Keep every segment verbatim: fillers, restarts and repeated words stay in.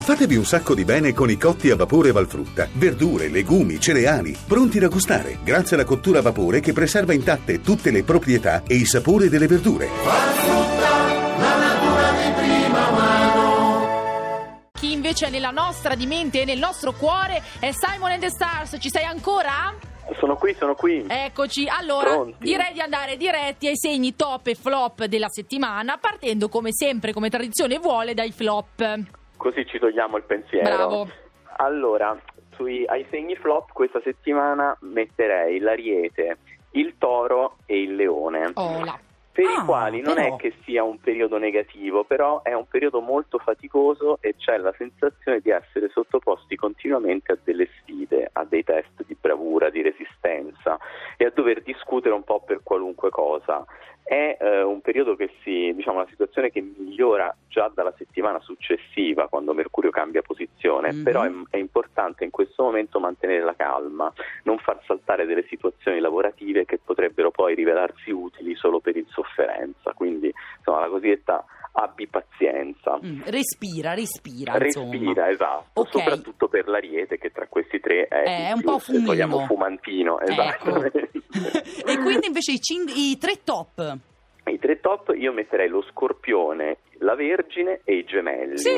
Fatevi un sacco di bene con i cotti a vapore Valfrutta. Verdure, legumi, cereali, pronti da gustare, grazie alla cottura a vapore che preserva intatte tutte le proprietà e i sapori delle verdure. Valfrutta, la natura di prima mano. Chi invece è nella nostra di mente e nel nostro cuore è Simon and the Stars. Ci sei ancora? Sono qui, sono qui. Eccoci, allora Pronti? direi di andare diretti ai segni top e flop della settimana, partendo come sempre, come tradizione vuole, dai flop. Così ci togliamo il pensiero. Bravo. Allora, sui, ai segni flop questa settimana metterei l'Ariete, il Toro e il Leone. Oh, là. Per Ah, i quali non però. è che sia un periodo negativo, però è un periodo molto faticoso e c'è la sensazione di essere sottoposti continuamente a delle sfide, a dei test di bravura, di resistenza e a dover discutere un po' per qualunque cosa. È eh, un periodo che si, diciamo, una situazione che migliora già dalla settimana successiva, quando Mercurio cambia posizione, Mm-hmm. però è, è importante in questo momento mantenere la calma, non far saltare delle situazioni lavorative che potrebbero poi rivelarsi utili solo per insofferenza, quindi insomma la cosiddetta abbi pazienza. Mm, respira, respira, insomma. Respira, esatto, Ok. soprattutto per l'Ariete che tra questi tre è, È il un più, po' se vogliamo, fumino. fumantino, esatto. Ecco. E quindi invece i, cin- i tre top. I tre top io metterei lo Scorpione, la Vergine e i Gemelli. Sì,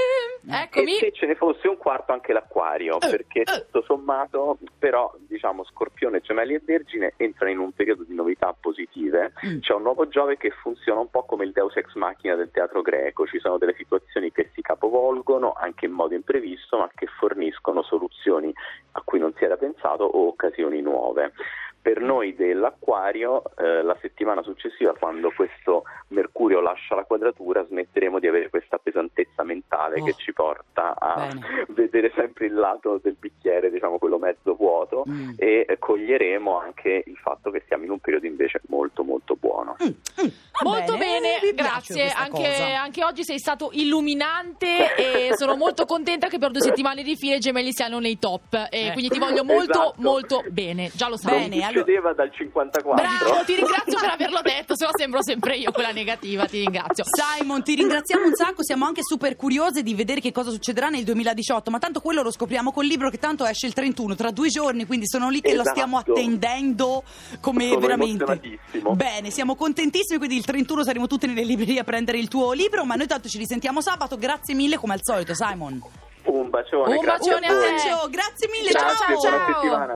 eccomi. E se ce ne fosse un quarto anche l'Acquario, Eh, perché eh. tutto sommato, però, diciamo, Scorpione, Gemelli e Vergine entrano in un periodo di novità positive. Mm. C'è un nuovo Giove che funziona un po' come il Deus Ex Machina del teatro greco, ci sono delle situazioni che si capovolgono anche in modo imprevisto, ma che forniscono soluzioni a cui non si era pensato o occasioni nuove. Per noi dell'Acquario, eh, la settimana successiva, quando questo Mercurio lascia la quadratura, smetteremo di avere questa pesantezza mentale Oh, che ci porta a bene. vedere sempre il lato del bicchiere, diciamo quello mezzo vuoto, Mm. e eh, coglieremo anche il fatto che siamo in un periodo invece molto molto buono. Mm, mm, va Molto bene, mi piace grazie. questa Anche, cosa. anche oggi sei stato illuminante e sono molto contenta che per due settimane di fila i Gemelli siano nei top. E Ecco. quindi ti voglio molto, Esatto. molto bene. Già lo sai. Bene, Non allora- succedeva dal cinquantaquattro. Bravo, ti ringrazio per averlo detto, se no sembro sempre io quella negativa, ti ringrazio. Simon, ti ringraziamo un sacco, siamo anche super curiose di vedere che cosa succederà nel duemiladiciotto, ma tanto quello lo scopriamo col libro che tanto esce il trentuno, tra due giorni, quindi sono lì che lo Esatto. stiamo attendendo come Sono veramente. emozionatissimo. Bene, siamo contentissimi, quindi il trentuno saremo tutti nelle librerie a prendere il tuo libro, ma noi tanto ci risentiamo sabato, grazie mille come al solito Simon. Un bacione, Un grazie bacione a a voi. te. Bacio, grazie mille, Grazie, ciao! buona ciao. settimana.